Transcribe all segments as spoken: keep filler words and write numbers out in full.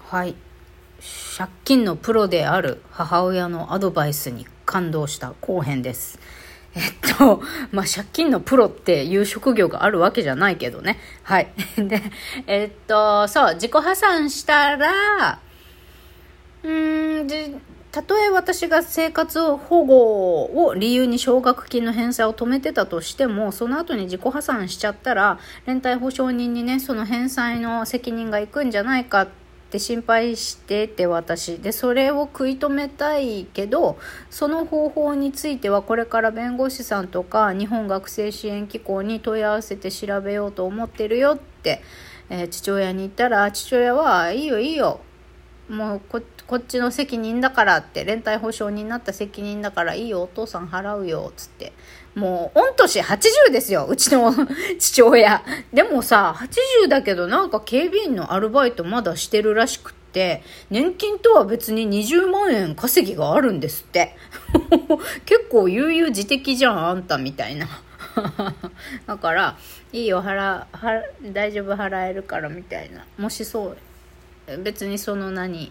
はい。借金のプロである母親のアドバイスに感動した後編です。えっと、まあ、借金のプロっていう職業があるわけじゃないけどね。はい。で、えっと、そう、自己破産したら、うーん、で、たとえ私が生活保護を理由に奨学金の返済を止めてたとしても、その後に自己破産しちゃったら、連帯保証人にね、その返済の責任がいくんじゃないかって心配してて、私でそれを食い止めたいけど、その方法についてはこれから弁護士さんとか日本学生支援機構に問い合わせて調べようと思ってるよって、えー父親に言ったら、父親はいいよいいよ、もう こ, こっちの責任だからって、連帯保証人になった責任だからいいよ、お父さん払うよつって、もう御年はちじゅうですよ、うちの父親でもさ、はちじゅうだけどなんか警備員のアルバイトまだしてるらしくって、年金とは別ににじゅうまんえん稼ぎがあるんですって結構悠々自適じゃんあんたみたいなだからいいよ、払払大丈夫、払えるからみたいな。もしそう別にその何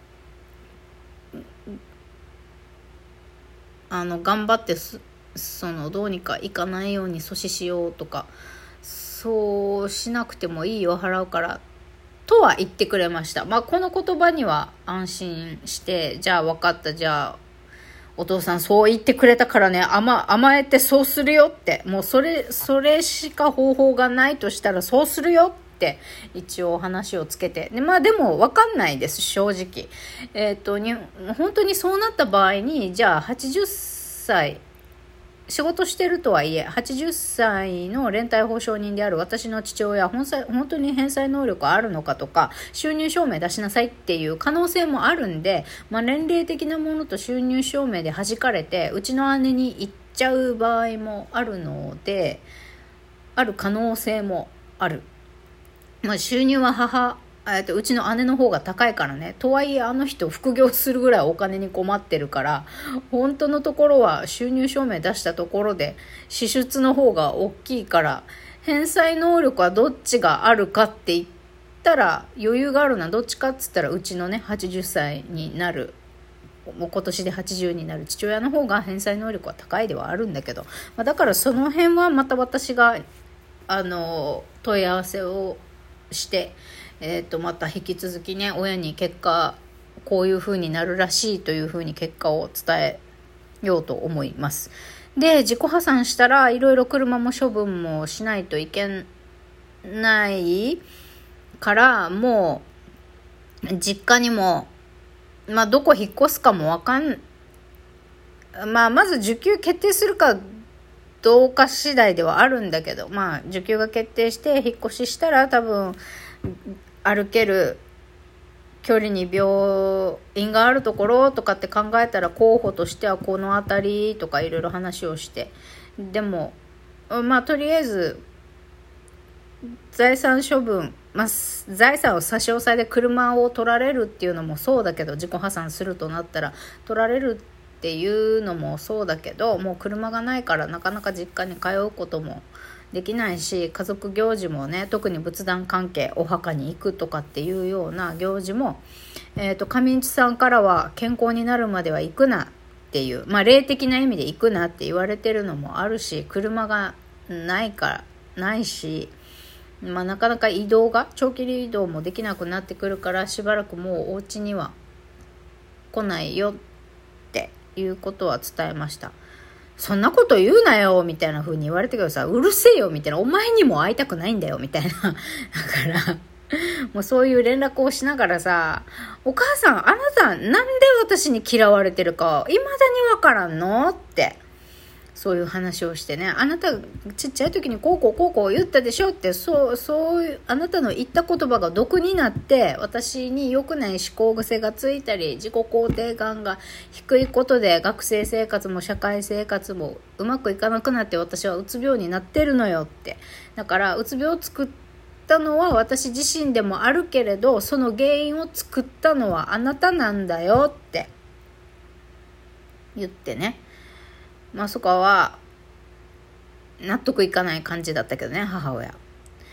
あの頑張ってそのどうにかいかないように阻止しようとか、そうしなくてもいいよ、払うからとは言ってくれました。まあこの言葉には安心して、じゃあ分かった、じゃあお父さんそう言ってくれたからね、甘甘えてそうするよって、もうそれそれしか方法がないとしたらそうするよって一応話をつけて、でまあでも分かんないです、正直。えっとに本当にそうなった場合に、じゃあはちじゅっさい仕事してるとはいえはちじゅっさいの連帯保証人である私の父親、本際本当に返済能力あるのかとか、収入証明出しなさいっていう可能性もあるんで、まあ、年齢的なものと収入証明で弾かれてうちの姉に行っちゃう場合もあるので、ある可能性もある。まあ、収入は母えっとうちの姉の方が高いからね。とはいえあの人副業するぐらいお金に困ってるから、本当のところは収入証明出したところで支出の方が大きいから、返済能力はどっちがあるかって言ったら、余裕があるのはどっちかっつったらうちのねはちじゅっさいになる、もう今年ではちじゅうになる父親の方が返済能力は高いではあるんだけど、まあ、だからその辺はまた私があの問い合わせをして、えー、とまた引き続きね、親に結果こういう風になるらしいという風に結果を伝えようと思います。で自己破産したらいろいろ車も処分もしないといけないから、もう実家にも、まあ、どこ引っ越すかもわかん、まあ、まず受給決定するかどうか次第ではあるんだけど、まあ受給が決定して引っ越ししたら多分歩ける距離に病院があるところとかって考えたら、候補としてはこの辺りとかいろいろ話をして、でもまあとりあえず財産処分、まあ、財産を差し押さえで車を取られるっていうのもそうだけど、自己破産するとなったら取られるっていうのもそうだけど、もう車がないからなかなか実家に通うこともできないし、家族行事もね、特に仏壇関係、お墓に行くとかっていうような行事も、えーと、上市さんからは健康になるまでは行くなっていう、まあ霊的な意味で行くなって言われてるのもあるし、車がないからないし、まあ、なかなか移動が長距離移動もできなくなってくるから、しばらくもうお家には来ないよっていうことは伝えました。そんなこと言うなよみたいな風に言われたけどさ、うるせえよみたいな、お前にも会いたくないんだよみたいなだからもうそういう連絡をしながらさ、お母さんあなたなんで私に嫌われてるか未だにわからんのって、そういう話をしてね、あなたちっちゃい時にこうこうこうこう言ったでしょって、そうそういうあなたの言った言葉が毒になって私に良くない思考癖がついたり、自己肯定感が低いことで学生生活も社会生活もうまくいかなくなって、私はうつ病になってるのよって。だからうつ病を作ったのは私自身でもあるけれど、その原因を作ったのはあなたなんだよって言ってね、まあそこは納得いかない感じだったけどね、母親。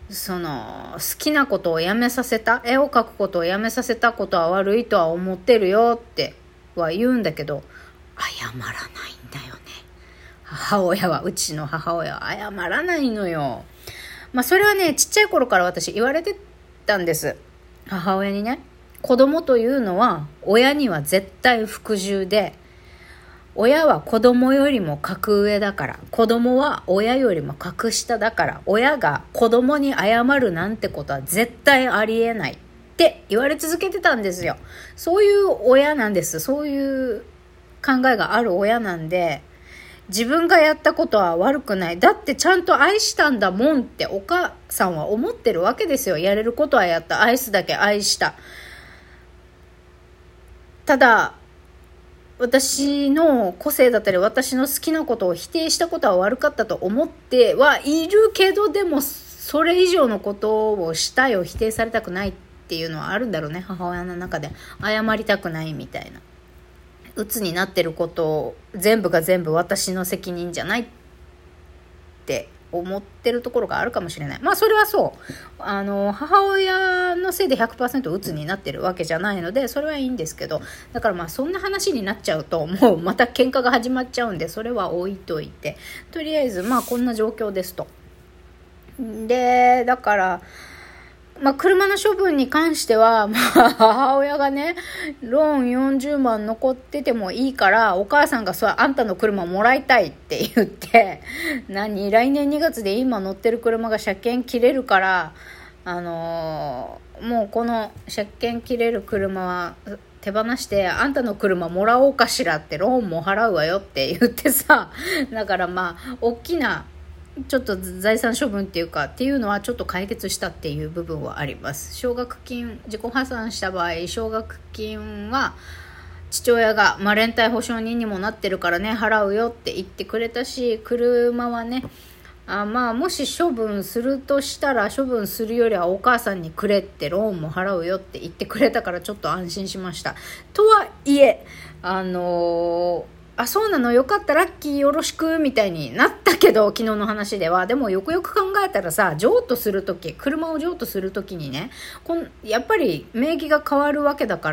その好きなことをやめさせた、絵を描くことをやめさせたことは悪いとは思ってるよっては言うんだけど、謝らないんだよね。母親は、うちの母親は謝らないのよ。まあそれはね、ちっちゃい頃から私言われてたんです。母親にね、子供というのは親には絶対服従で、親は子供よりも格上だから、子供は親よりも格下だから、親が子供に謝るなんてことは絶対ありえないって言われ続けてたんですよ。そういう親なんです。そういう考えがある親なんで、自分がやったことは悪くない。だってちゃんと愛したんだもんってお母さんは思ってるわけですよ。やれることはやった。愛すだけ愛した。ただ、私の個性だったり私の好きなことを否定したことは悪かったと思ってはいるけど、でもそれ以上のことをしたいを否定されたくないっていうのはあるんだろうね。母親の中で謝りたくないみたいな、鬱になってることを全部が全部私の責任じゃないって思ってるところがあるかもしれない。まあそれはそう、あの母親のせいで ひゃくパーセント 鬱になってるわけじゃないので、それはいいんですけど、だからまあそんな話になっちゃうともうまた喧嘩が始まっちゃうんで、それは置いといて、とりあえずまあこんな状況ですと。でだからまあ、車の処分に関しては、まあ、母親がね、ローンよんじゅうまん残っててもいいから、お母さんがそう、あんたの車もらいたいって言って、何、来年にがつで今乗ってる車が車検切れるから、あのー、もうこの車検切れる車は手放して、あんたの車もらおうかしらって、ローンも払うわよって言ってさ、だからまあ、大きな、ちょっと財産処分っていうかっていうのはちょっと解決したっていう部分はあります。奨学金、自己破産した場合奨学金は父親が、まあ、連帯保証人にもなってるからね払うよって言ってくれたし、車はねあまあもし処分するとしたら処分するよりはお母さんにくれってローンも払うよって言ってくれたからちょっと安心しました。とはいえあのーあ、そうなのよかったラッキーよろしくみたいになったけど、昨日の話では。でもよくよく考えたらさ、譲渡するとき、車を譲渡するときにね、こんやっぱり名義が変わるわけだから、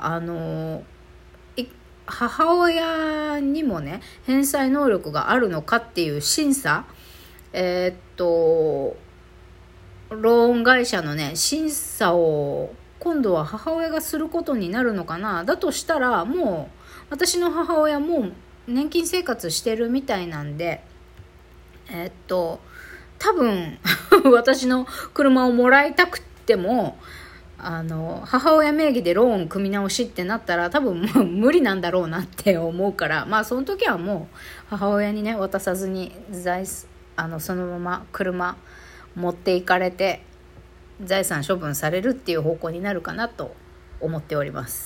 あの母親にもね返済能力があるのかっていう審査、えー、っとローン会社のね審査を今度は母親がすることになるのかな。だとしたらもう私の母親も年金生活してるみたいなんで、えー、っと多分私の車をもらいたくってもあの母親名義でローン組み直しってなったら多分もう無理なんだろうなって思うから、まあその時はもう母親にね渡さずに財あのそのまま車持っていかれて財産処分されるっていう方向になるかなと思っております。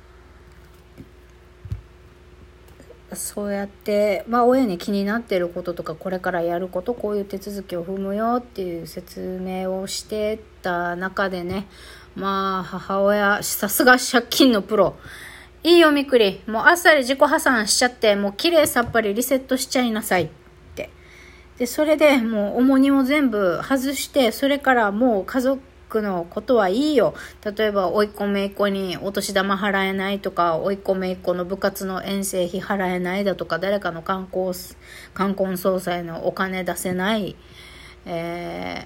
そうやって、まあ、親に気になっていることとかこれからやることこういう手続きを踏むよっていう説明をしてた中でね、まあ母親さすが借金のプロ、いいよみくりもうあっさり自己破産しちゃってもうきれいさっぱりリセットしちゃいなさいって。でそれでもう重荷を全部外して、それからもう家族のことはいいよ。例えば甥っ子姪っ子にお年玉払えないとか、甥っ子姪っ子の部活の遠征費払えないだとか、誰かの冠婚冠婚葬祭のお金出せない、え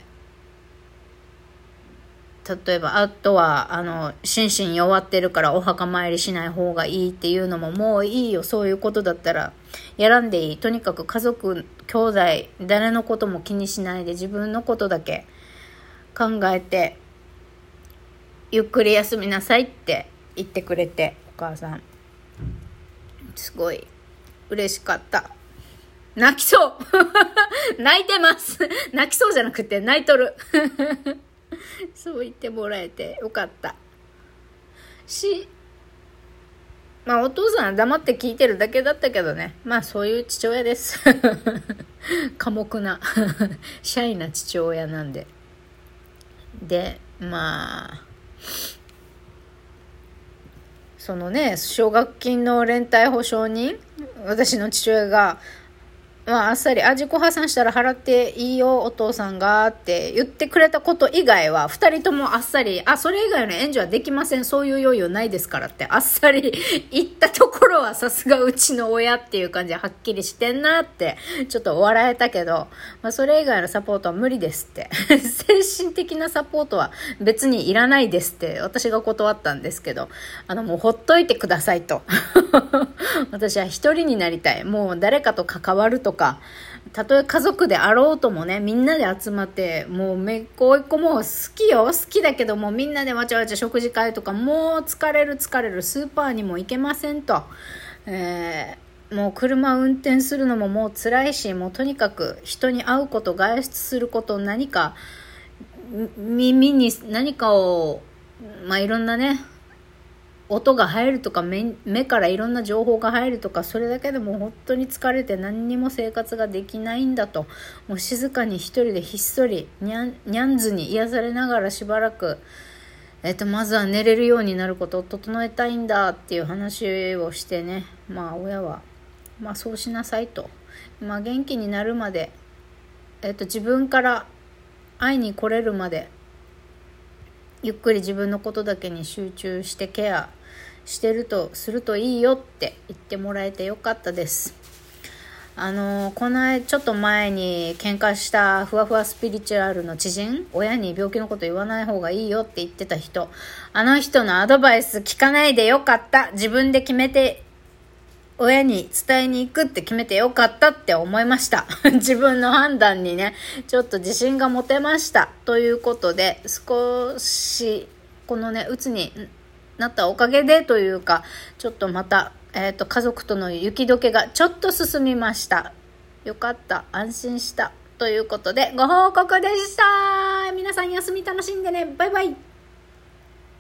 ー、例えばあとはあの心身弱ってるからお墓参りしない方がいいっていうのももういいよ。そういうことだったらやらんでいい。とにかく家族兄弟誰のことも気にしないで自分のことだけ考えてゆっくり休みなさいって言ってくれて、お母さんすごい嬉しかった。泣きそう泣いてます泣きそうじゃなくて泣いとるそう言ってもらえてよかったし、まあお父さんは黙って聞いてるだけだったけどね、まあそういう父親です寡黙なシャイな父親なんで。でまあそのね奨学金の連帯保証人、私の父親がまあ、あっさり、あ、自己破産したら払っていいよ、お父さんが、って言ってくれたこと以外は、二人ともあっさり、あ、それ以外の援助はできません、そういう余裕ないですからって、あっさり言ったところは、さすがうちの親っていう感じではっきりしてんなって、ちょっと笑えたけど、まあ、それ以外のサポートは無理ですって。精神的なサポートは別にいらないですって、私が断ったんですけど、あの、もうほっといてくださいと。私は一人になりたい。もう誰かと関わるとか、たとえ家族であろうともね、みんなで集まって、もうめっ子一個もう好きよ、好きだけどもみんなでわちゃわちゃ食事会とか、もう疲れる疲れる、スーパーにも行けませんと。えー、もう車運転するのももう辛いし、もうとにかく人に会うこと、外出すること、何か耳に何かを、まあいろんなね、音が入るとか 目, 目からいろんな情報が入るとか、それだけでも本当に疲れて何にも生活ができないんだと。もう静かに一人でひっそりにゃんにゃんずに癒されながらしばらく、えっと、まずは寝れるようになることを整えたいんだっていう話をしてね、まあ親は、まあそうしなさいと。まあ元気になるまで、えっと、自分から会いに来れるまでゆっくり自分のことだけに集中してケアしてるとするといいよって言ってもらえてよかったです。あのこの間ちょっと前に喧嘩したふわふわスピリチュアルの知人、親に病気のこと言わない方がいいよって言ってた人、あの人のアドバイス聞かないでよかった、自分で決めて親に伝えに行くって決めてよかったって思いました。自分の判断にね、ちょっと自信が持てましたということで、少しこのね、鬱になったおかげでというか、ちょっとまた、えーと、家族との雪解けがちょっと進みました。よかった、安心したということでご報告でした。皆さん休み楽しんでね。バイバイ。